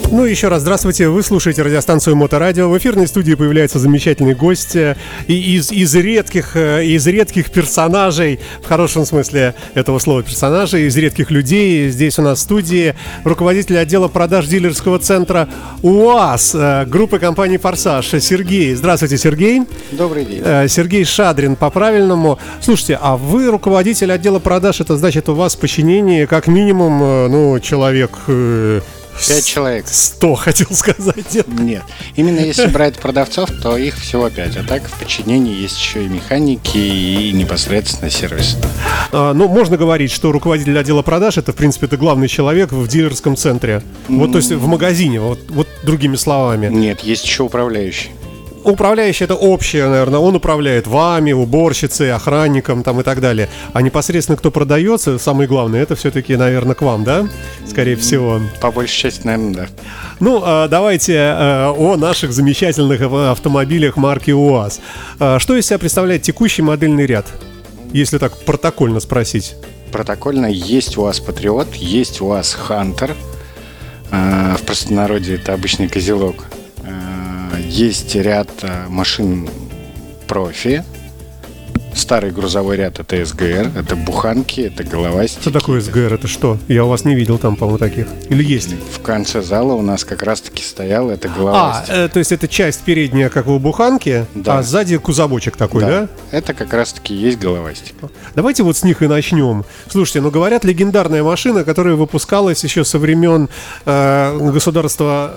Ну и еще раз здравствуйте, вы слушаете радиостанцию Моторадио. В эфирной студии появляется замечательный гость из редких персонажей, в хорошем смысле этого слова персонажей, из редких людей. Здесь у нас в студии руководитель отдела продаж дилерского центра УАЗ, группы компании «Форсаж» Сергей. Здравствуйте, Сергей. Добрый день. Сергей Шадрин, по-правильному. Слушайте, а вы руководитель отдела продаж, это значит у вас в подчинении как минимум, человек... 5 человек. 100, хотел сказать. Нет. Именно если брать продавцов, то их всего 5. А так в подчинении есть еще и механики, и непосредственно сервис. Можно говорить, что руководитель отдела продаж это, в принципе, это главный человек в дилерском центре. Вот, то есть в магазине, вот другими словами. Нет, есть еще управляющий. Управляющий это общее, наверное, он управляет вами, уборщицей, охранником там и так далее. А непосредственно кто продается, самое главное, это все-таки, наверное, к вам, да? Скорее всего. По большей части, наверное, да. Давайте о наших замечательных автомобилях марки УАЗ. Что из себя представляет текущий модельный ряд, если так протокольно спросить? Протокольно есть УАЗ Патриот, есть УАЗ Хантер. В простонародье это обычный козелок. Есть ряд машин профи. Старый грузовой ряд это СГР, это буханки, это головастики. Что такое СГР? Это что? Я у вас не видел там, по-моему, таких. Или есть? В конце зала у нас как раз-таки стоял это головастик. То есть это часть передняя, как у буханки, да. А сзади кузовочек такой, да? Это как раз-таки есть головастик. Давайте вот с них и начнем. Слушайте, говорят, легендарная машина, которая выпускалась еще со времен государства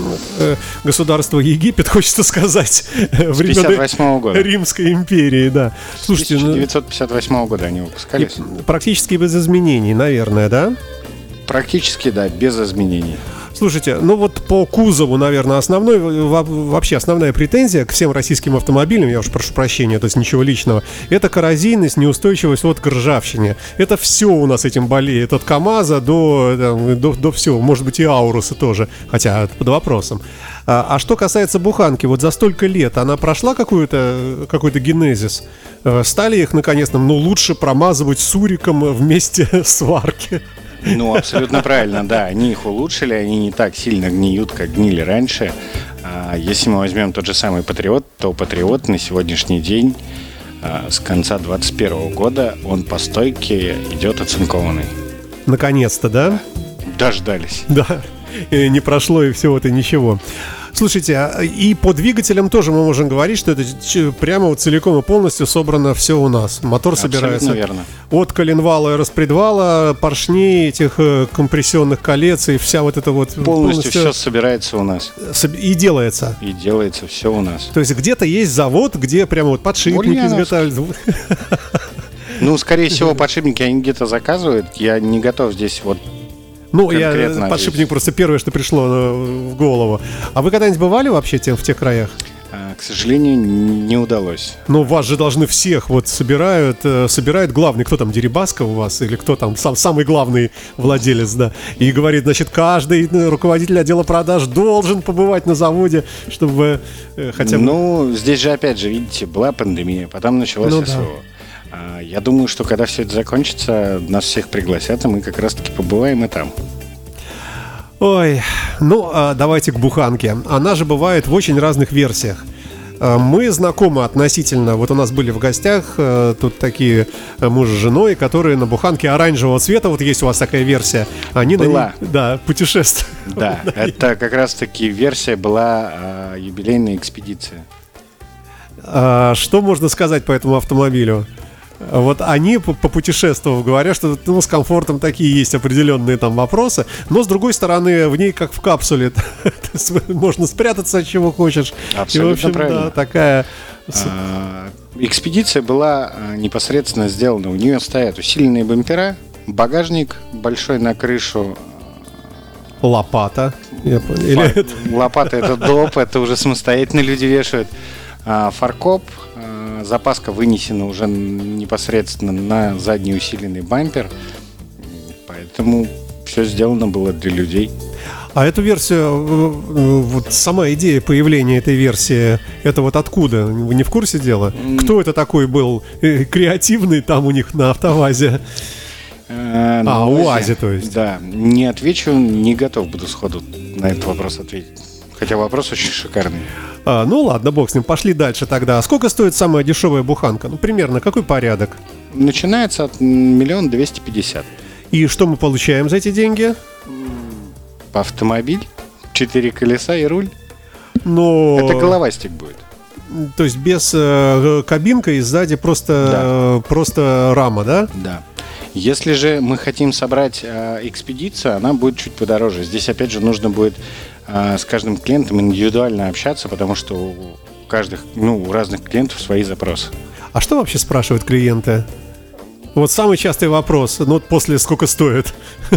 Египет, хочется сказать. С 58 года. Римской империи, да. Слушайте, 1958 года они выпускались. Практически без изменений, наверное, да? Практически, да, без изменений. Слушайте, по кузову, наверное, вообще основная претензия к всем российским автомобилям, я уж прошу прощения, то есть ничего личного, это коррозийность, неустойчивость к ржавчине. Это все у нас этим болеет, от КамАЗа до всего, может быть и Ауруса тоже, хотя под вопросом. А что касается буханки, вот за столько лет она прошла какой-то генезис? Стали их, наконец-то, лучше промазывать суриком вместе сварки? Абсолютно правильно, да. Они их улучшили, они не так сильно гниют, как гнили раньше. Если мы возьмем тот же самый Патриот, то Патриот на сегодняшний день, с конца 2021 года, он по стойке идет оцинкованный. Наконец-то, да? Дождались. Да, и не прошло и всего-то ничего. Слушайте, и по двигателям тоже мы можем говорить, что это прямо целиком и полностью собрано все у нас. Мотор собирается верно. От коленвала и распредвала, поршней, этих компрессионных колец и вся вот эта вот... Полностью все собирается у нас. И делается. И делается все у нас. То есть где-то есть завод, где прямо подшипники изготавливают. Скорее всего, подшипники они где-то заказывают. Я не готов здесь подшипник просто первое, что пришло в голову. А вы когда-нибудь бывали вообще в тех краях? К сожалению, не удалось. Вас же должны всех собирают главный, кто там, Дерибаска у вас, или кто там, самый главный владелец, да, и говорит, значит, каждый руководитель отдела продаж должен побывать на заводе, чтобы хотя бы... Здесь же, опять же, видите, была пандемия, потом началось СВО. Да. Я думаю, что когда все это закончится, нас всех пригласят, и мы как раз-таки побываем и там. Ой, давайте к буханке. Она же бывает в очень разных версиях. Мы знакомы относительно, вот у нас были в гостях тут такие муж с женой, которые на буханке оранжевого цвета, вот есть у вас такая версия, они была. Путешествуют. Да, это как раз-таки версия была юбилейная экспедиция. Что можно сказать по этому автомобилю? Вот они, попутешествовав, говорят, что с комфортом такие есть определенные там вопросы, но с другой стороны, в ней как в капсуле, можно спрятаться от чего хочешь. Абсолютно и, в общем, правильно. Да, такая... Экспедиция была непосредственно сделана. У нее стоят усиленные бампера, багажник большой на крышу. Лопата. Лопата это доп, это уже самостоятельно люди вешают. Фаркоп. Запаска вынесена уже непосредственно на задний усиленный бампер. Поэтому все сделано было для людей. А эту версию, вот сама идея появления этой версии, это вот откуда? Вы не в курсе дела? Кто это такой был креативный там у них на АвтоВАЗе? УАЗе, то есть. Да, не отвечу, не готов буду сходу на этот вопрос ответить. Хотя вопрос очень шикарный. Ну ладно, бог с ним, пошли дальше тогда. Сколько стоит самая дешевая буханка? Ну, примерно, какой порядок? Начинается от 1 250 000. И что мы получаем за эти деньги? Автомобиль, 4 колеса и руль. Но... Это головастик будет. То есть без кабинка и сзади просто рама, да? Да. Если же мы хотим собрать экспедицию, она будет чуть подороже. Здесь, опять же, нужно будет с каждым клиентом индивидуально общаться, потому что у разных клиентов свои запросы. А что вообще спрашивают клиенты? Вот самый частый вопрос, после сколько стоит?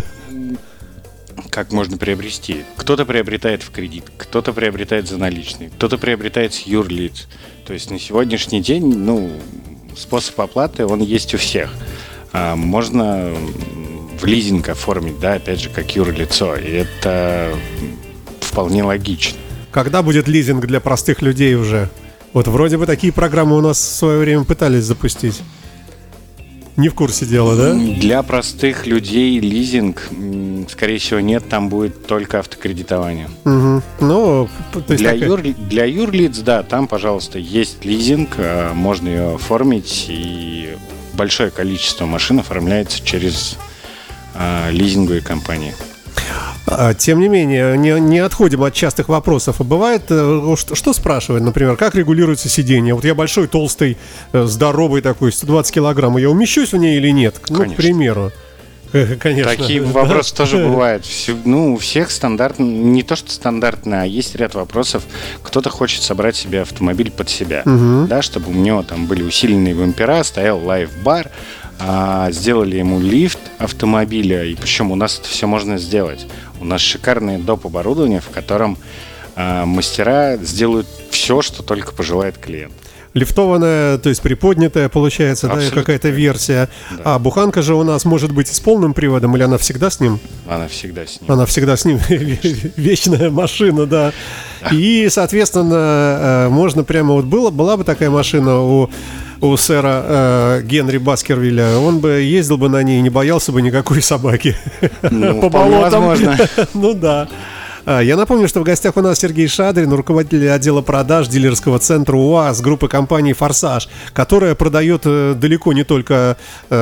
Как можно приобрести? Кто-то приобретает в кредит, кто-то приобретает за наличные, кто-то приобретает с юрлиц. То есть на сегодняшний день, способ оплаты, он есть у всех. Можно в лизинг оформить, да, опять же, как юрлицо, и это вполне логично. Когда будет лизинг для простых людей уже? Вот вроде бы такие программы у нас в свое время пытались запустить. Не в курсе дела, да? Для простых людей лизинг, скорее всего, нет, там будет только автокредитование. Угу. То есть для юрлиц, да, там, пожалуйста, есть лизинг, можно ее оформить, и большое количество машин оформляется через лизинговые компании. Тем не менее, не отходим от частых вопросов. А бывает, что спрашивают, например, как регулируется сиденье? Вот я большой, толстый, здоровый такой, 120 килограмм, я умещусь в ней или нет? Конечно. К примеру. Конечно. Такие вопросы тоже бывают. У всех стандартно, не то что стандартно, а есть ряд вопросов. Кто-то хочет собрать себе автомобиль под себя, да, чтобы у него там были усиленные бампера, стоял лайф-бар, сделали ему лифт автомобиля, и причем у нас это все можно сделать. У нас шикарное доп. Оборудование, в котором мастера сделают все, что только пожелает клиент. Лифтованная, то есть приподнятая, получается, да, какая-то версия. Да. А буханка же у нас может быть с полным приводом, или она всегда с ним? Она всегда с ним. Она всегда с ним. Вечная машина, да. И, соответственно, можно прямо была бы такая машина у сэра Генри Баскервилля, он бы ездил бы на ней и не боялся бы никакой собаки. По болотам. Возможно. Да. Я напомню, что в гостях у нас Сергей Шадрин, руководитель отдела продаж дилерского центра УАЗ группы компании «Форсаж», которая продает далеко не только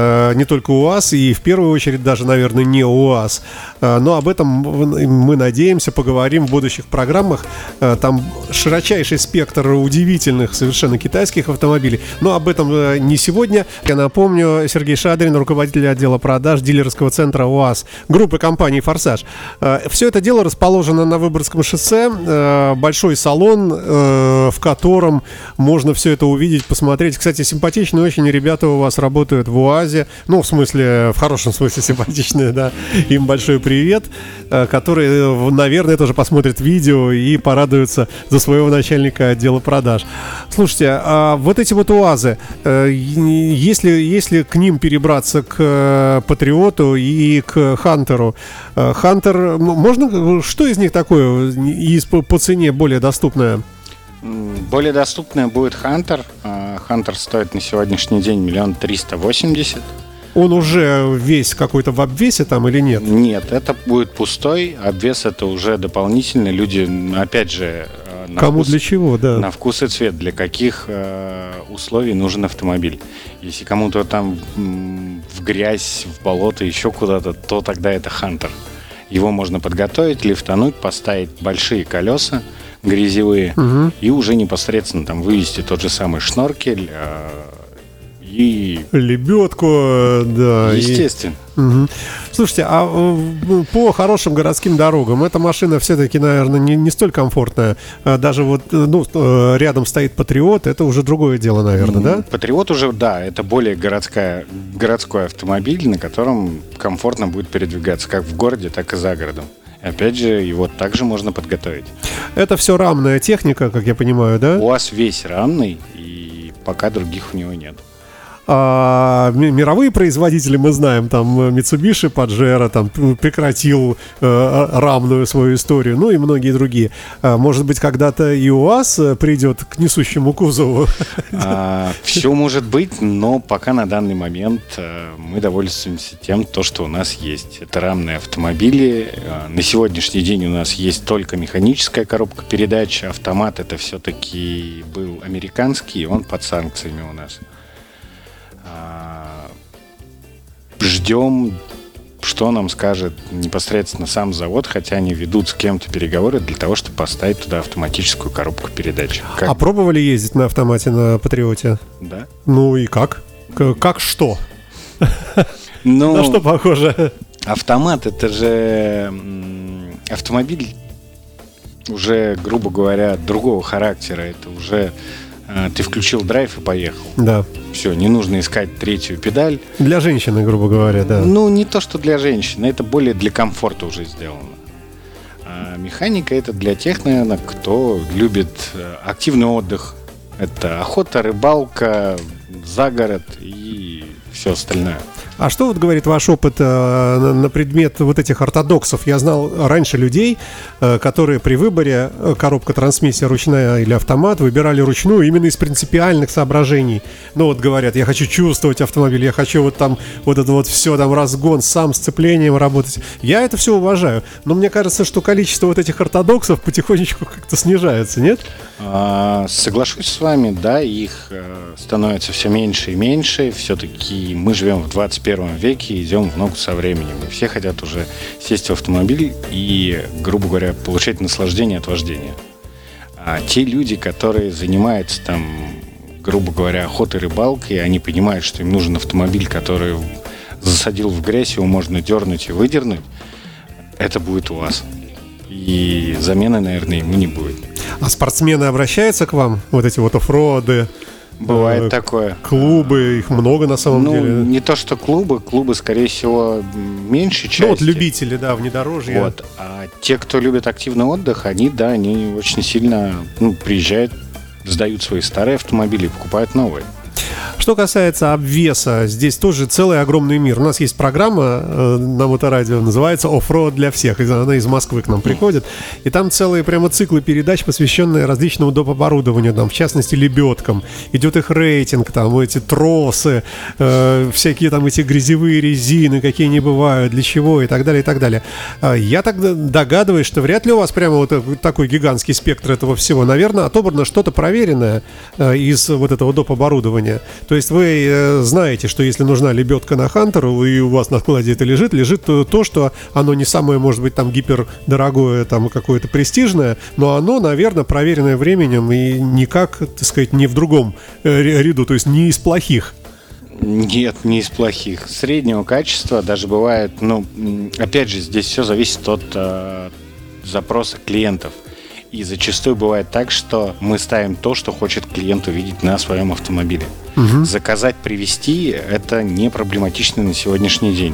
УАЗ и в первую очередь даже, наверное, не УАЗ. Но об этом мы надеемся поговорим в будущих программах. Там широчайший спектр удивительных совершенно китайских автомобилей. Но об этом не сегодня. Я напомню, Сергей Шадрин, руководитель отдела продаж дилерского центра УАЗ группы компании «Форсаж». Все это дело расположено на Выборгском шоссе, большой салон, в котором можно все это увидеть, посмотреть. Кстати, симпатичные очень ребята у вас работают в УАЗе, в хорошем смысле симпатичные, да, им большой привет, которые, наверное, тоже посмотрят видео и порадуются за своего начальника отдела продаж. Слушайте, а вот эти вот УАЗы, если к ним перебраться к Патриоту и к Хантеру, Хантер, можно, что из них такое по цене более доступное? Более доступное будет Хантер. Хантер стоит на сегодняшний день 1 380 000. Он уже весь какой-то в обвесе там или нет? Нет, это будет пустой. Обвес это уже дополнительно. Люди, опять же, для чего, да. На вкус и цвет, для каких условий нужен автомобиль. Если кому-то там в грязь, в болото, еще куда-то, то тогда это Хантер. Его можно подготовить, лифтануть, поставить большие колеса грязевые и уже непосредственно там вывести тот же самый шноркель и... лебедку, да. Естественно. Слушайте, а по хорошим городским дорогам эта машина все-таки, наверное, не столь комфортная. Даже рядом стоит Патриот, это уже другое дело, наверное, да? Патриот уже, да, это более городской автомобиль, на котором комфортно будет передвигаться как в городе, так и за городом. Опять же, его также можно подготовить. Это все рамная техника, как я понимаю, да? УАЗ весь рамный, и пока других у него нет. мировые производители, мы знаем, там Mitsubishi, Pajero там прекратил рамную свою историю, ну и многие другие. Может быть, когда-то и УАЗ придет к несущему кузову? Все может быть, но пока на данный момент мы довольствуемся тем, что у нас есть. Это рамные автомобили. На сегодняшний день у нас есть только механическая коробка передач. Автомат это все-таки был американский, он под санкциями у нас. Ждем, что нам скажет непосредственно сам завод, хотя они ведут с кем-то переговоры для того, чтобы поставить туда автоматическую коробку передач. А пробовали ездить на автомате на Патриоте? Да. Ну и как? Как что? Ну, на что похоже? Автомат это же автомобиль уже, грубо говоря, другого характера. Это уже ты включил драйв и поехал. Да. Все, не нужно искать третью педаль. Для женщины, грубо говоря, да. Ну, не то, что для женщины, это более для комфорта уже сделано. А механика это для тех, наверное, кто любит активный отдых. Это охота, рыбалка, загород и все остальное. А что вот говорит ваш опыт на предмет вот этих ортодоксов? Я знал раньше людей, которые при выборе коробка, трансмиссия ручная или автомат выбирали ручную именно из принципиальных соображений. Ну вот говорят, я хочу чувствовать автомобиль, я хочу вот там вот это вот все, там разгон, сам сцеплением работать. Я это все уважаю, но мне кажется, что количество вот этих ортодоксов потихонечку как-то снижается, нет? Соглашусь с вами, да, их становится все меньше и меньше. Все-таки мы живем в 21 веке и идем в ногу со временем. И все хотят уже сесть в автомобиль и, грубо говоря, получать наслаждение от вождения. А те люди, которые занимаются там, грубо говоря, охотой, рыбалкой, они понимают, что им нужен автомобиль, который засадил в грязь, его можно дернуть и выдернуть, это будет УАЗ. И замены, наверное, ему не будет. А спортсмены обращаются к вам? Вот эти вот оффроды? Бывает такое. Клубы, их много на самом деле. Не то, что клубы, скорее всего, меньше части. Ну вот любители, да, внедорожья. Вот. А те, кто любит активный отдых, они очень сильно приезжают, сдают свои старые автомобили и покупают новые. Что касается обвеса, здесь тоже целый огромный мир. У нас есть программа на Моторадио, называется «Оффроуд для всех». Она из Москвы к нам приходит. И там целые прямо циклы передач, посвященные различному доп. Оборудованию, там, в частности, лебедкам. Идет их рейтинг, там, эти тросы, всякие там эти грязевые резины, какие они бывают, для чего и так далее, и так далее. Я так догадываюсь, что вряд ли у вас прямо вот такой гигантский спектр этого всего. Наверное, отобрано что-то проверенное из вот этого доп. Оборудования. То есть вы знаете, что если нужна лебедка на Хантеру, и у вас на складе это лежит то, что оно не самое, может быть, там гипердорогое, там какое-то престижное, но оно, наверное, проверенное временем и никак, так сказать, не в другом ряду, то есть не из плохих. Нет, не из плохих. Среднего качества, даже бывает, опять же, здесь все зависит от запроса клиентов. И зачастую бывает так, что мы ставим то, что хочет клиент увидеть на своем автомобиле. Угу. Заказать, привезти – это не проблематично на сегодняшний день.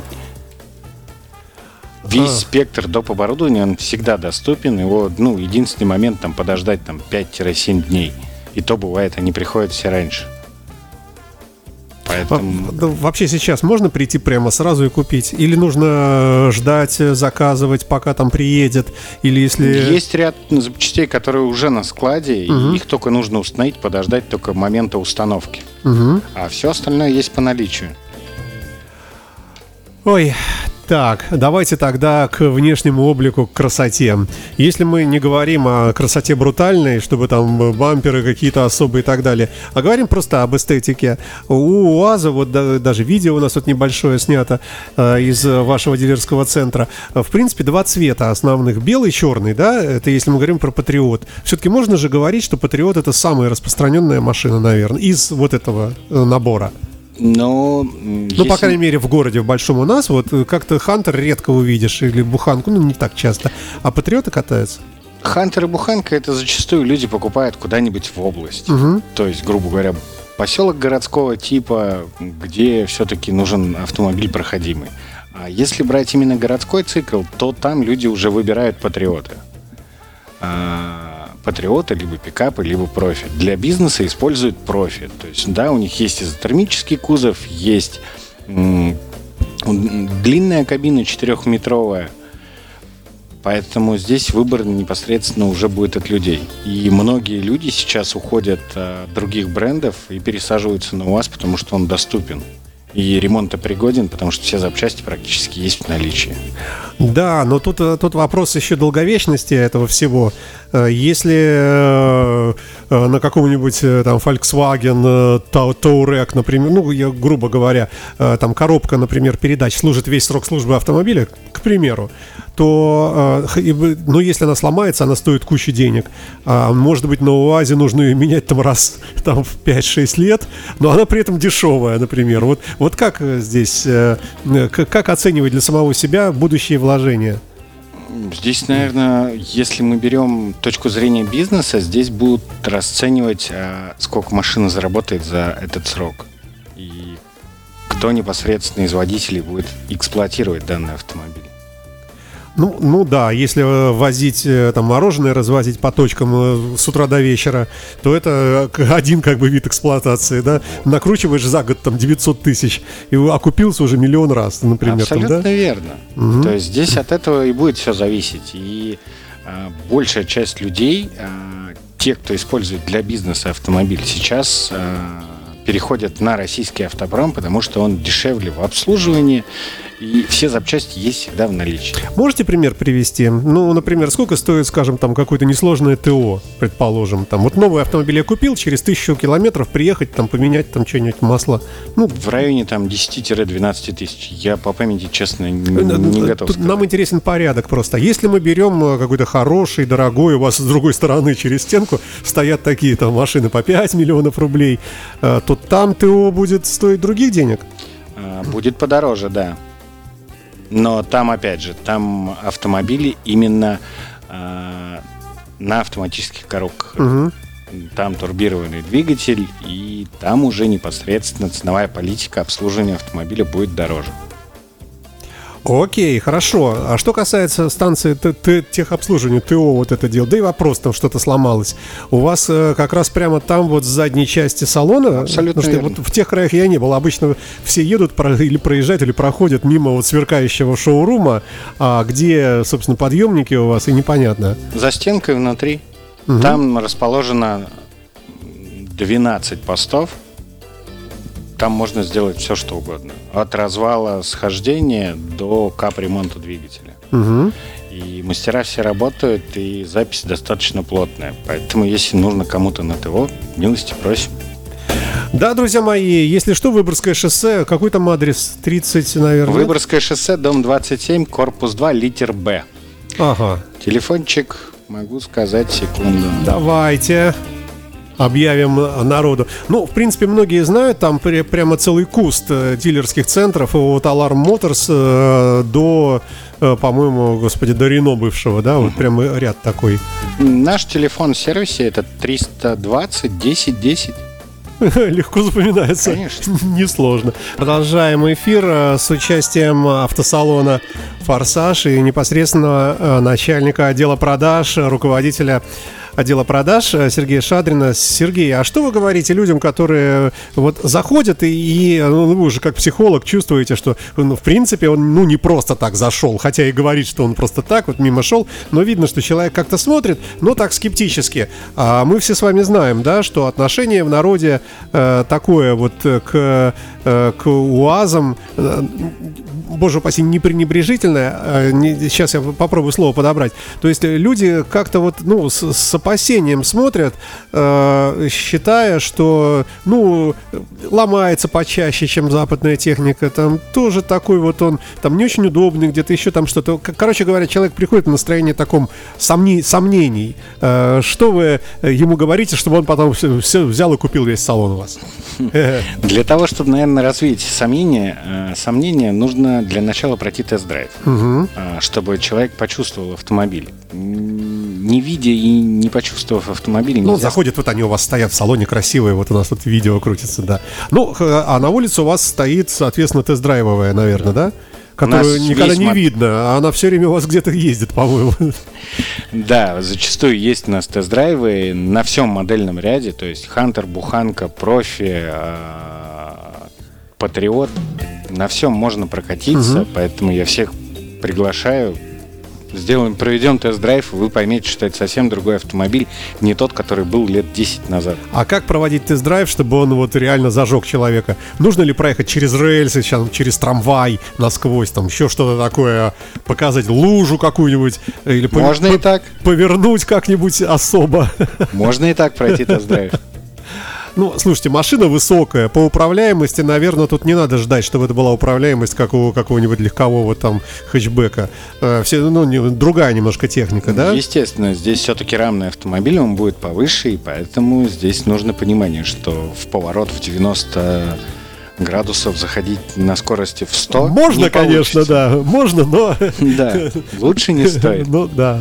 Весь спектр доп. Оборудования, он всегда доступен. Его, единственный момент там подождать 5-7 дней. И то бывает, они приходят все раньше. Поэтому... Вообще сейчас можно прийти прямо сразу и купить? Или нужно ждать, заказывать, пока там приедет? Или если... Есть ряд запчастей, которые уже на складе, и их только нужно установить, подождать только момента установки. А все остальное есть по наличию. Ой, так, давайте тогда к внешнему облику, к красоте. Если мы не говорим о красоте брутальной, чтобы там бамперы какие-то особые и так далее, а говорим просто об эстетике. У УАЗа, вот даже видео у нас вот небольшое снято из вашего дилерского центра. В принципе, два цвета основных, белый и черный, да, это если мы говорим про Патриот. Все-таки можно же говорить, что Патриот это самая распространенная машина, наверное, из вот этого набора. Но по крайней мере, в городе, в большом у нас, вот как-то Хантер редко увидишь, или Буханку, не так часто, а Патриоты катаются. Хантер и Буханка, это зачастую люди покупают куда-нибудь в область. То есть, грубо говоря, поселок городского типа, где все-таки нужен автомобиль проходимый. А если брать именно городской цикл, то там люди уже выбирают Патриоты. патриоты, либо пикапы, либо профи. Для бизнеса используют профи. То есть, да, у них есть изотермический кузов, есть длинная кабина 4-метровая. Поэтому здесь выбор непосредственно уже будет от людей. И многие люди сейчас уходят от других брендов и пересаживаются на УАЗ, потому что он доступен. И ремонтопригоден, потому что все запчасти практически есть в наличии. Да, но тут вопрос еще долговечности этого всего. Если на каком-нибудь там Volkswagen Touareg, например, ну, я, грубо говоря, там коробка, например, передач служит весь срок службы автомобиля, к примеру, то, ну, если она сломается, она стоит кучу денег. Может быть, на УАЗе нужно ее менять там раз там, в 5-6 лет, но она при этом дешевая, например. Вот как здесь, как оценивать для самого себя будущие вложения? Здесь, наверное, если мы берем точку зрения бизнеса, здесь будут расценивать, сколько машина заработает за этот срок. И кто непосредственно из водителей будет эксплуатировать данный автомобиль. Ну да, если возить там мороженое, развозить по точкам с утра до вечера, то это один как бы вид эксплуатации, да. Накручиваешь за год там 900 тысяч и окупился уже миллион раз, например. Абсолютно там, да? Верно. Угу. То есть здесь от этого и будет все зависеть. И большая часть людей, те, кто использует для бизнеса автомобиль, сейчас переходят на российский автопром, потому что он дешевле в обслуживании, и все запчасти есть всегда в наличии. Можете пример привести? Ну, например, сколько стоит, скажем, там какое-то несложное ТО, предположим. Там вот новый автомобиль я купил, через 1000 километров приехать, там поменять там что-нибудь, масло. Ну, в районе там 10-12 тысяч. Я по памяти, честно, не готов сказать. Нам интересен порядок просто. Если мы берем какой-то хороший, дорогой, у вас с другой стороны через стенку стоят такие там машины по 5 миллионов рублей, то там ТО будет стоить других денег? Будет подороже, да. Но там, опять же, там автомобили именно на автоматических коробках. Угу. Там турбированный двигатель, и там уже непосредственно ценовая политика обслуживания автомобиля будет дороже. Окей, хорошо. А что касается станции техобслуживания, ТО, вот это дело, да и вопрос, там что-то сломалось. У вас как раз прямо там вот с задней части салона? Абсолютно верно. Вот в тех краях я не был. Обычно все едут или проезжают, или проходят мимо вот сверкающего шоурума, где, собственно, подъемники у вас, и непонятно. За стенкой внутри. Угу. Там расположено 12 постов. Там можно сделать все, что угодно. От развала схождения до капремонта двигателя. Угу. И мастера все работают, и запись достаточно плотная. Поэтому, если нужно кому-то на ТО, милости просим. Да, друзья мои, если что, Выборгское шоссе, какой там адрес? 30, наверное. Выборгское шоссе, дом 27, корпус 2, литер Б. Ага. Телефончик, могу сказать, секунду. Давайте объявим народу. Ну, в принципе, многие знают, там прямо целый куст дилерских центров, от Alarm Motors до, по-моему, до Рено бывшего, да, вот прямо ряд такой. Наш телефон в сервисе это 320 10 10. Легко запоминается. Конечно. Несложно. Продолжаем эфир с участием автосалона «Форсаж» и непосредственно начальника отдела продаж, руководителя отдела продаж Сергея Шадрина. Сергей, а что вы говорите людям, которые вот заходят и вы уже как психолог чувствуете, что, в принципе, он не просто так зашел, хотя и говорит, что он просто так вот мимо шел, но видно, что человек как-то смотрит, но так скептически. А мы все с вами знаем, да, что отношение в народе такое вот к УАЗам, боже упаси, не пренебрежительное, сейчас я попробую слово подобрать. То есть люди как-то вот, с опасением смотрят, считая, что, ломается почаще, чем западная техника, там тоже такой вот он, там не очень удобный, где-то еще там что-то. Короче говоря, человек приходит в настроение таком сомнений. Что вы ему говорите, чтобы он потом все взял и купил весь салон у вас? Для того, чтобы, наверное, развить сомнения, нужно для начала пройти тест-драйв, чтобы человек почувствовал автомобиль. Не видя и не почувствовав автомобиль, нельзя... заходят, вот они у вас стоят в салоне красивые, вот у нас тут видео крутится, да. А на улице у вас стоит, соответственно, тест-драйвовая, наверное, да? которую никогда не видно, а она все время у вас где-то ездит, по-моему. Да, зачастую есть у нас тест-драйвы на всем модельном ряде, то есть Hunter, Буханка, Профи, Патриот, на всем можно прокатиться, поэтому я всех приглашаю. Проведем тест-драйв, и вы поймете, что это совсем другой автомобиль, не тот, который был лет 10 назад. А как проводить тест-драйв, чтобы он вот реально зажег человека? Нужно ли проехать через рельсы, через трамвай насквозь, там еще что-то такое, показать лужу какую-нибудь? Или можно и так. Повернуть как-нибудь особо? Можно и так пройти тест-драйв. Ну, слушайте, машина высокая, по управляемости, наверное, тут не надо ждать, чтобы это была управляемость как у какого-нибудь легкового там хэтчбека. Другая немножко техника, да? Естественно, здесь все-таки рамный автомобиль, он будет повыше, и поэтому здесь нужно понимание, что в поворот в 90 градусов заходить на скорости в 100 можно, конечно, да, можно, но... Да, лучше не стоит. Ну, да.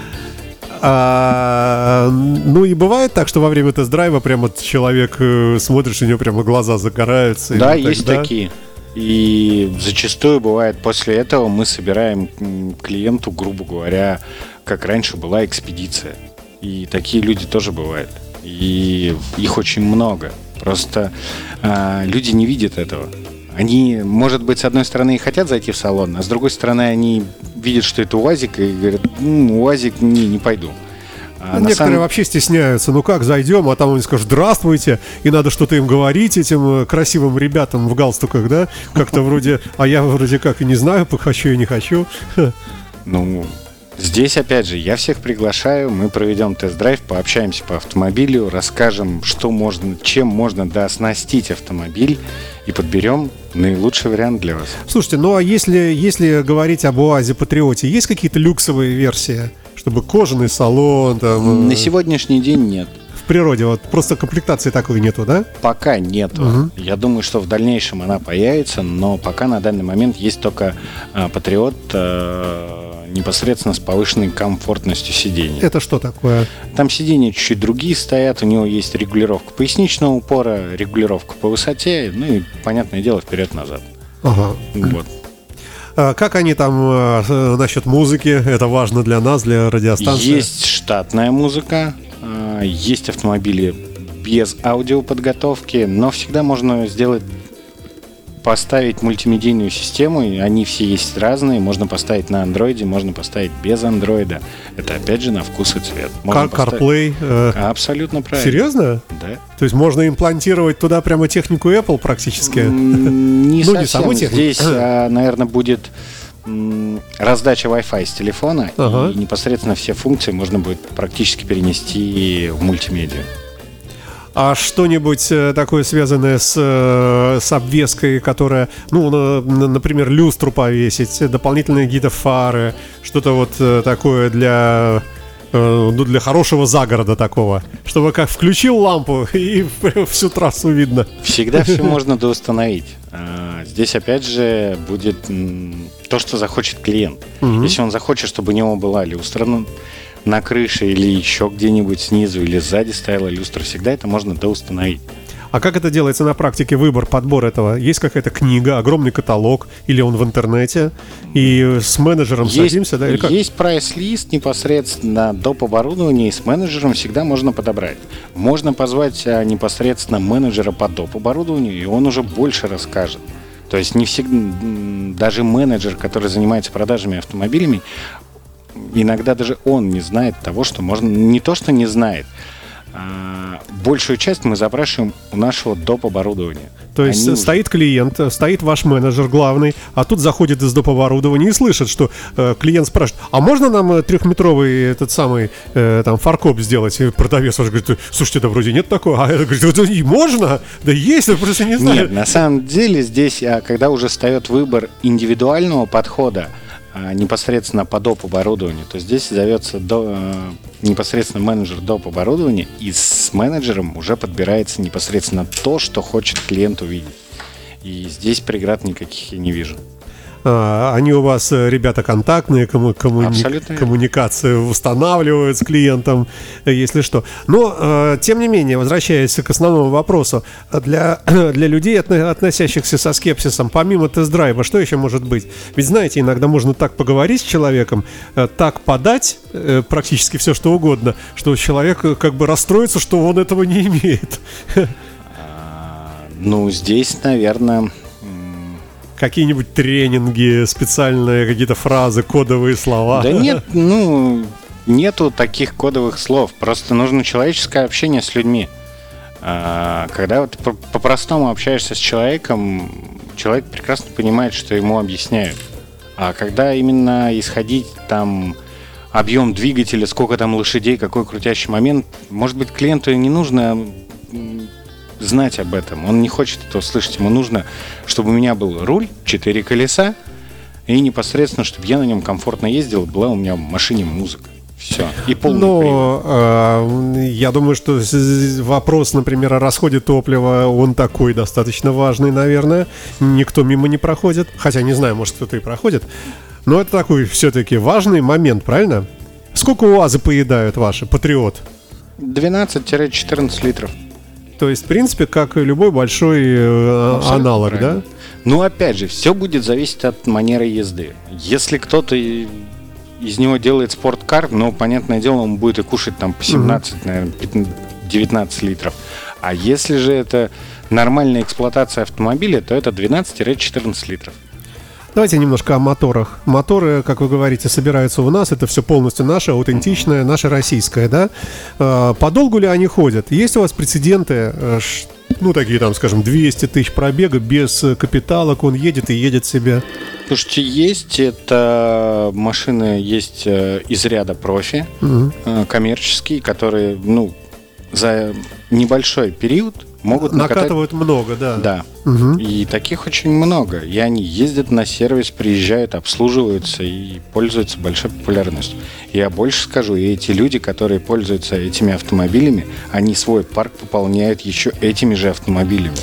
И бывает так, что во время тест-драйва прямо человек смотришь, у него прямо глаза загораются. Да, есть такие. И зачастую бывает после этого мы собираем клиенту, грубо говоря, как раньше была экспедиция. И такие люди тоже бывают. И их очень много. Просто люди не видят этого. Они, может быть, с одной стороны и хотят зайти в салон, а с другой стороны они видят, что это УАЗик, и говорят, УАЗик не пойду. Некоторые вообще стесняются. Ну как, зайдем, а там они скажут здравствуйте, и надо что-то им говорить, этим красивым ребятам в галстуках, да? Как-то вроде, а я вроде как и не знаю, хочу и не хочу. Ну, здесь, опять же, я всех приглашаю, мы проведем тест-драйв, пообщаемся по автомобилю, расскажем, чем можно дооснастить автомобиль, и подберем наилучший вариант для вас. Слушайте, ну а если говорить об УАЗе Патриоте, есть какие-то люксовые версии, чтобы кожаный салон там... На сегодняшний день нет. В природе вот просто комплектации такой нету, да? Пока нету. Я думаю, что в дальнейшем она появится, но пока на данный момент есть только Патриот непосредственно с повышенной комфортностью сидений. Это что такое? Там сиденья чуть-чуть другие стоят, у него есть регулировка поясничного упора, регулировка по высоте, ну и, понятное дело, вперед-назад. Ага. Вот. Как они там насчет музыки? Это важно для нас, для радиостанции. Есть штатная музыка, есть автомобили без аудиоподготовки, но всегда можно поставить мультимедийную систему, и они все есть разные, можно поставить на андроиде, можно поставить без андроида. Это опять же на вкус и цвет. CarPlay? Абсолютно правильно. Серьезно? Да. То есть можно имплантировать туда прямо технику Apple практически? Не совсем. Здесь, наверное, будет раздача Wi-Fi с телефона, и непосредственно все функции можно будет практически перенести в мультимедиа. А что-нибудь такое связанное с обвеской, которая, например, люстру повесить, дополнительные какие-то фары, что-то вот такое для хорошего загорода такого, чтобы как включил лампу и всю трассу видно. Всегда все можно доустановить. Здесь опять же будет то, что захочет клиент. Если он захочет, чтобы у него была люстра на крыше или еще где-нибудь снизу или сзади стояла люстра, всегда это можно доустановить. А как это делается на практике, подбор этого? Есть какая-то книга, огромный каталог, или он в интернете? И с менеджером садимся, да? Или как? Есть прайс-лист непосредственно доп. Оборудования, и с менеджером всегда можно подобрать. Можно позвать непосредственно менеджера по доп. Оборудованию, и он уже больше расскажет. То есть не всегда, даже менеджер, который занимается продажами автомобилями, иногда даже он не знает того, что можно... Не то, что не знает. Большую часть мы запрашиваем у нашего доп. Оборудования. То есть стоит клиент, стоит ваш менеджер главный, а тут заходит из доп. Оборудования и слышит, что клиент спрашивает, а можно нам 3-метровый этот самый фаркоп сделать? И продавец ваш говорит, слушайте, да вроде нет такого. А это говорит, можно? Да есть, я просто не знаю. Нет, на самом деле здесь, когда уже встает выбор индивидуального подхода, непосредственно по доп. Оборудованию, то здесь зовется непосредственно менеджер доп. Оборудования, и с менеджером уже подбирается непосредственно то, что хочет клиент увидеть. И здесь преград никаких я не вижу. Они у вас, ребята, контактные, коммуникацию устанавливают с клиентом, если что. Но, тем не менее, возвращаясь к основному вопросу, для людей, относящихся со скепсисом, помимо тест-драйва, что еще может быть? Ведь, знаете, иногда можно так поговорить с человеком, так подать практически все, что угодно, что человек как бы расстроится, что он этого не имеет. Ну, здесь, наверное... Какие-нибудь тренинги, специальные какие-то фразы, кодовые слова? Да нет, нету таких кодовых слов. Просто нужно человеческое общение с людьми. Когда вот по-простому общаешься с человеком, человек прекрасно понимает, что ему объясняют. А когда именно исходить там объем двигателя, сколько там лошадей, какой крутящий момент, может быть, клиенту не нужно знать об этом. Он не хочет этого слышать. Ему нужно, чтобы у меня был руль, 4 колеса, и непосредственно, чтобы я на нем комфортно ездил, была у меня в машине музыка. Все. И полный привод. Я думаю, что вопрос, например, о расходе топлива, он такой достаточно важный, наверное. Никто мимо не проходит. Хотя не знаю, может, кто-то и проходит. Но это такой все-таки важный момент, правильно? Сколько УАЗы поедают ваши, Патриот? 12-14 литров. То есть, в принципе, как и любой большой аналог, правильно. Да? Ну, опять же, все будет зависеть от манеры езды. Если кто-то из него делает спорткар, понятное дело, он будет и кушать там по 17, наверное, 19 литров. А если же это нормальная эксплуатация автомобиля, то это 12-14 литров. Давайте немножко о моторах. Моторы, как вы говорите, собираются у нас. Это все полностью наше, аутентичное, наше российское, да? Подолгу ли они ходят? Есть у вас прецеденты, такие там, скажем, 200 тысяч пробега без капиталок, он едет и едет себе? Слушайте, есть. Это машины есть из ряда профи, коммерческие, которые, за небольшой период могут накатывают много, да. Да. И таких очень много. И они ездят на сервис, приезжают, обслуживаются и пользуются большой популярностью. Я больше скажу, и эти люди, которые пользуются этими автомобилями, они свой парк пополняют еще этими же автомобилями.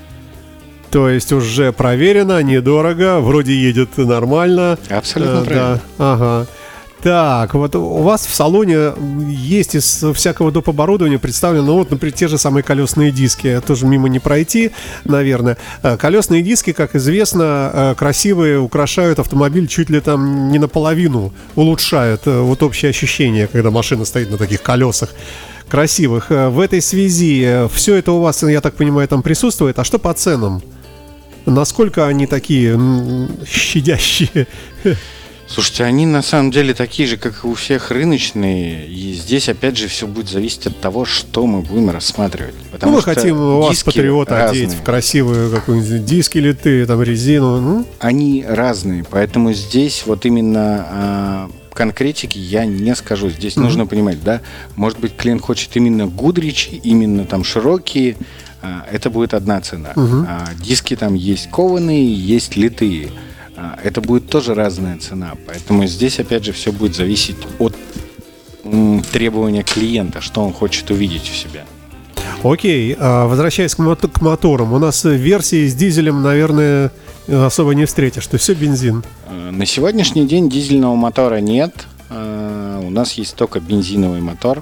То есть уже проверено, недорого, вроде едет нормально. Абсолютно правильно. Да. Ага. Так, вот у вас в салоне есть из всякого доп. Оборудования представлено, например, те же самые колесные диски, тоже мимо не пройти, наверное. Колесные диски, как известно, красивые, украшают автомобиль чуть ли там не наполовину, улучшают общее ощущение, когда машина стоит на таких колесах красивых. В этой связи все это у вас, я так понимаю, там присутствует. А что по ценам? Насколько они такие щадящие? Слушайте, они на самом деле такие же, как и у всех, рыночные. И здесь, опять же, все будет зависеть от того, что мы будем рассматривать. Мы хотим у вас Патриота одеть в красивую какую-нибудь диски литые, там резину. Они разные, поэтому здесь вот именно конкретики я не скажу. Здесь нужно понимать, да, может быть, клиент хочет именно гудрич, именно там широкие, это будет одна цена. Диски там есть кованые, есть литые. Это будет тоже разная цена. Поэтому здесь, опять же, все будет зависеть от требования клиента, что он хочет увидеть в себе. Окей, возвращаясь к моторам. У нас версии с дизелем, наверное, особо не встретишь. То есть все бензин. На сегодняшний день дизельного мотора нет. У нас есть только бензиновый мотор.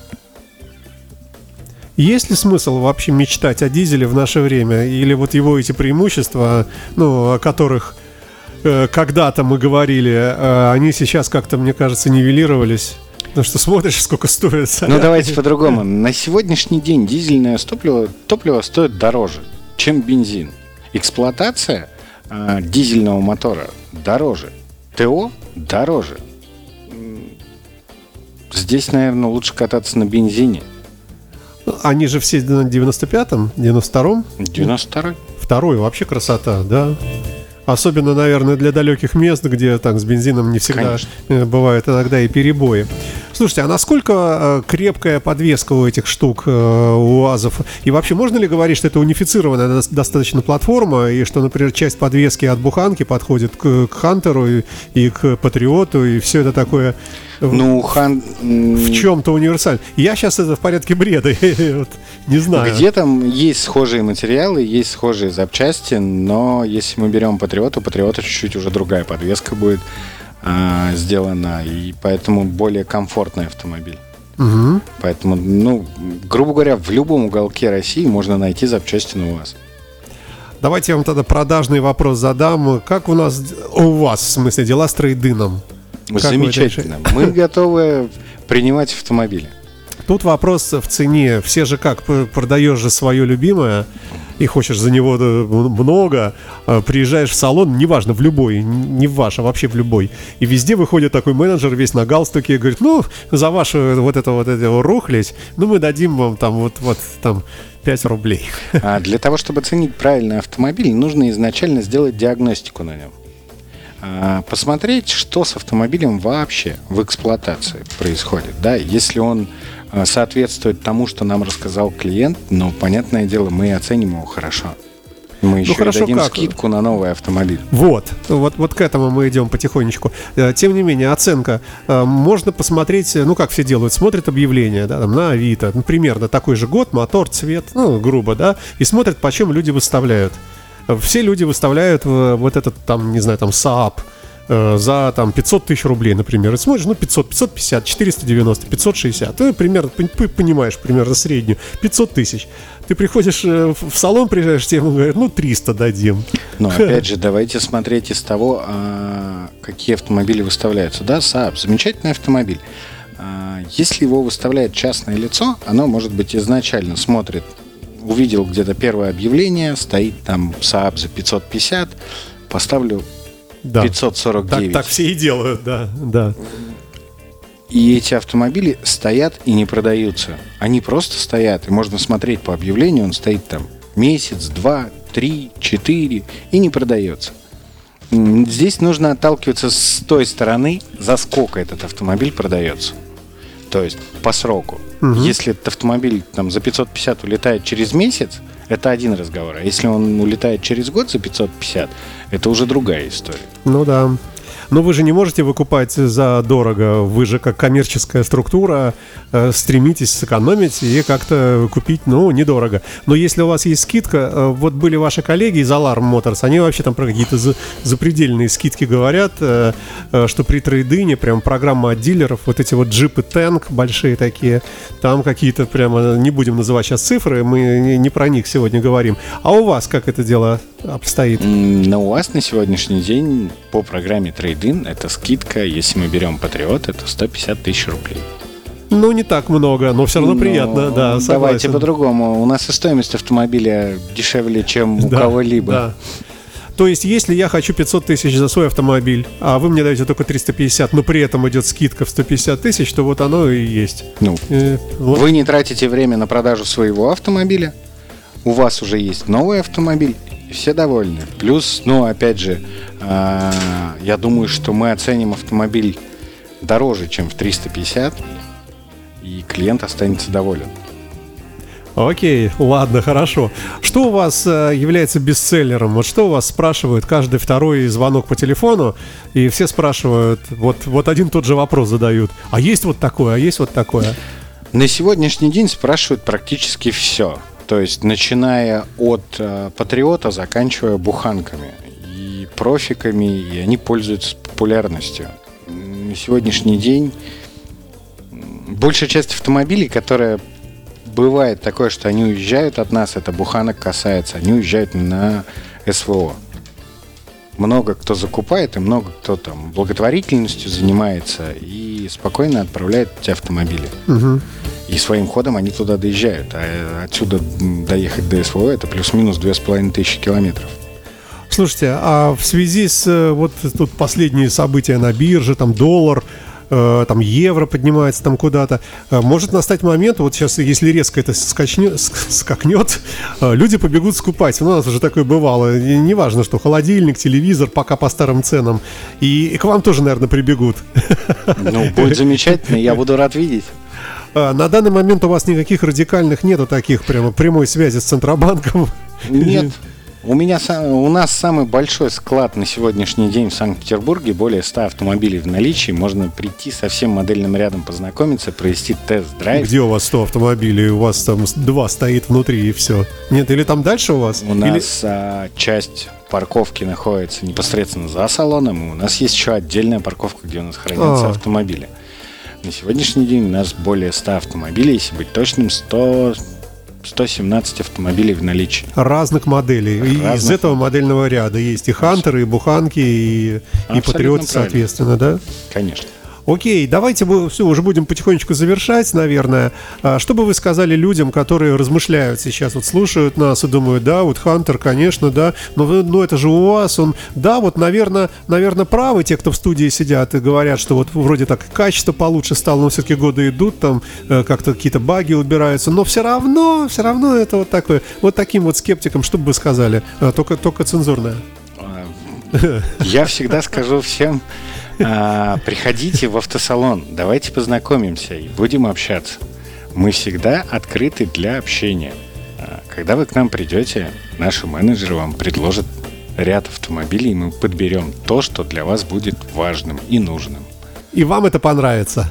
Есть ли смысл вообще мечтать о дизеле в наше время? Или вот его эти преимущества, о которых когда-то мы говорили, они сейчас как-то, мне кажется, нивелировались? Потому что смотришь, сколько стоит. Давайте по-другому. На сегодняшний день дизельное топливо стоит дороже, чем бензин. Эксплуатация дизельного мотора дороже. ТО дороже. Здесь, наверное, лучше кататься на бензине. Они же все на 95-м, 92-м? 92-й. Второй, вообще красота, да. Особенно, наверное, для далеких мест, где так с бензином не всегда бывают иногда и перебои. Слушайте, а насколько крепкая подвеска у этих штук, у УАЗов? И вообще, можно ли говорить, что это унифицированная достаточно платформа, и что, например, часть подвески от буханки подходит к Хантеру и к Патриоту, и все это такое в чем-то универсально? Я сейчас это в порядке бреда, вот, не знаю. Где там есть схожие материалы, есть схожие запчасти, но если мы берем Патриот, у Патриота чуть-чуть уже другая подвеска будет сделана, и поэтому более комфортный автомобиль. Угу. Поэтому, грубо говоря, в любом уголке России можно найти запчасти на УАЗ. Давайте я вам тогда продажный вопрос задам. Как у вас, в смысле, дела с трейд-ином? Замечательно. Мы готовы принимать автомобили. Тут вопрос в цене. Все же как, продаешь же свое любимое и хочешь за него много, приезжаешь в салон, неважно, в любой, не в ваш, а вообще в любой, и везде выходит такой менеджер весь на галстуке и говорит: за вашу вот эту рухлядь, мы дадим вам там там 5 рублей. А для того, чтобы оценить правильный автомобиль, нужно изначально сделать диагностику на нем. Посмотреть, что с автомобилем вообще в эксплуатации происходит. Да? Если он соответствует тому, что нам рассказал клиент, понятное дело, мы оценим его хорошо. Мы еще и дадим скидку на новый автомобиль. Вот к этому мы идем потихонечку. Тем не менее, оценка. Можно посмотреть, как все делают. Смотрят объявление, да, там, на Авито. Примерно такой же год, мотор, цвет, грубо, да. И смотрят, почем люди выставляют. Все люди выставляют вот этот, там, не знаю, там, Saab за там 500 тысяч рублей, например. И смотришь, 500, 550, 490, 560. Ты примерно понимаешь, примерно среднюю. 500 тысяч. Ты приходишь в салон, приезжаешь, тебе говорят, 300 дадим. Но опять же, давайте смотреть из того, какие автомобили выставляются. Да, Saab, замечательный автомобиль. Если его выставляет частное лицо, оно, может быть, изначально смотрит, увидел где-то первое объявление, стоит там Saab за 550, поставлю 549. Так все и делают, да. И эти автомобили стоят и не продаются. Они просто стоят, и можно смотреть по объявлению, он стоит там месяц, 2, 3, 4 и не продается. Здесь нужно отталкиваться с той стороны, за сколько этот автомобиль продается. То есть по сроку. Угу. Если этот автомобиль там за 550 улетает через месяц, это один разговор. А если он улетает через год за 550, это уже другая история. Да. Но вы же не можете выкупать за дорого. Вы же как коммерческая структура стремитесь сэкономить и как-то купить, недорого. Но если у вас есть скидка, вот были ваши коллеги из Alarm Motors, они вообще там про какие-то запредельные скидки говорят, что при трейд-ине прям программа от дилеров, вот эти вот джипы Tank большие такие, там какие-то прямо, не будем называть сейчас цифры, мы не про них сегодня говорим. А у вас как это дело обстоит? У вас на сегодняшний день по программе трейд-ин это скидка, если мы берем Патриот, это 150 тысяч рублей. Не так много, но все равно приятно, да, согласен. Давайте по-другому. У нас и стоимость автомобиля дешевле, чем у кого-либо. Да. То есть, если я хочу 500 тысяч за свой автомобиль, а вы мне даете только 350, но при этом идет скидка в 150 тысяч, то вот оно и есть. Вы не тратите время на продажу своего автомобиля, у вас уже есть новый автомобиль, и все довольны. Плюс, опять же, я думаю, что мы оценим автомобиль дороже, чем в 350, и клиент останется доволен. Окей, ладно, хорошо. Что у вас является бестселлером? Вот что у вас спрашивают каждый второй звонок по телефону, и все спрашивают, вот один тот же вопрос задают. А есть вот такое, а есть вот такое? На сегодняшний день спрашивают практически все. То есть, начиная от Патриота, заканчивая буханками и профиками, и они пользуются популярностью. На сегодняшний день большая часть автомобилей, которые бывает такое, что они уезжают от нас, это буханок касается, они уезжают на СВО. Много кто закупает, и много кто там благотворительностью занимается и спокойно отправляет эти автомобили. Угу. И своим ходом они туда доезжают. А отсюда доехать до СВО это плюс-минус 2500 километров. Слушайте, а в связи с вот тут последние события на бирже, там доллар, там евро поднимается там куда-то. Может настать момент, вот сейчас, если резко это скакнет, люди побегут скупать. У нас уже такое бывало. И неважно, что холодильник, телевизор, пока по старым ценам. И к вам тоже, наверное, прибегут. Ну, будет замечательно, я буду рад видеть. На данный момент у вас никаких радикальных нету таких прямо прямой связи с Центробанком? Нет. У нас самый большой склад на сегодняшний день в Санкт-Петербурге, более 100 автомобилей в наличии. Можно прийти со всем модельным рядом, познакомиться, провести тест-драйв. Где у вас 100 автомобилей? У вас там 2 стоит внутри и все. Нет, или там дальше у вас? У нас часть парковки находится непосредственно за салоном. И у нас есть еще отдельная парковка, где у нас хранятся автомобили. На сегодняшний день у нас более 100 автомобилей, если быть точным, 117 автомобилей в наличии. Разных моделей. Из этого модельного ряда есть и Хантеры, и Буханки, и Патриоты, соответственно, да? Конечно. Окей, давайте все, уже будем потихонечку завершать, наверное. Что бы вы сказали людям, которые размышляют сейчас, вот слушают нас и думают, да, вот Хантер, конечно, да, но это же у вас, да, вот, наверное, правы те, кто в студии сидят и говорят, что вот вроде так качество получше стало, но все-таки годы идут, там как-то какие-то баги убираются, но все равно это вот такое, вот таким вот скептикам, что бы вы сказали? Только цензурное. Я всегда скажу всем, приходите в автосалон, давайте познакомимся и будем общаться. Мы всегда открыты для общения. Когда вы к нам придете, наши менеджеры вам предложат ряд автомобилей, и мы подберем то, что для вас будет важным и нужным. И вам это понравится.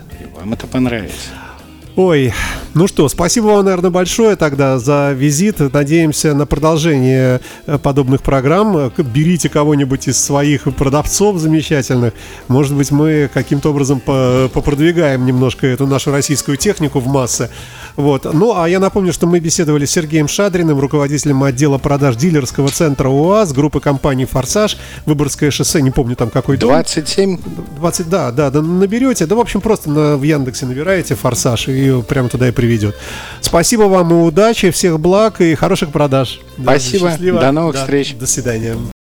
Ой, ну что, спасибо вам, наверное, большое тогда за визит. Надеемся на продолжение подобных программ. Берите кого-нибудь из своих продавцов замечательных. Может быть, мы каким-то образом попродвигаем немножко эту нашу российскую технику в массы. Вот. Ну, а я напомню, что мы беседовали с Сергеем Шадриным, руководителем отдела продаж дилерского центра УАЗ, группы компаний «Форсаж», Выборгское шоссе, не помню там какой дом. 27. 20, да, наберете. Да, в общем, просто в Яндексе набираете «Форсаж» и прямо туда и приведет. Спасибо вам и удачи, всех благ и хороших продаж. Спасибо, до новых встреч. До свидания.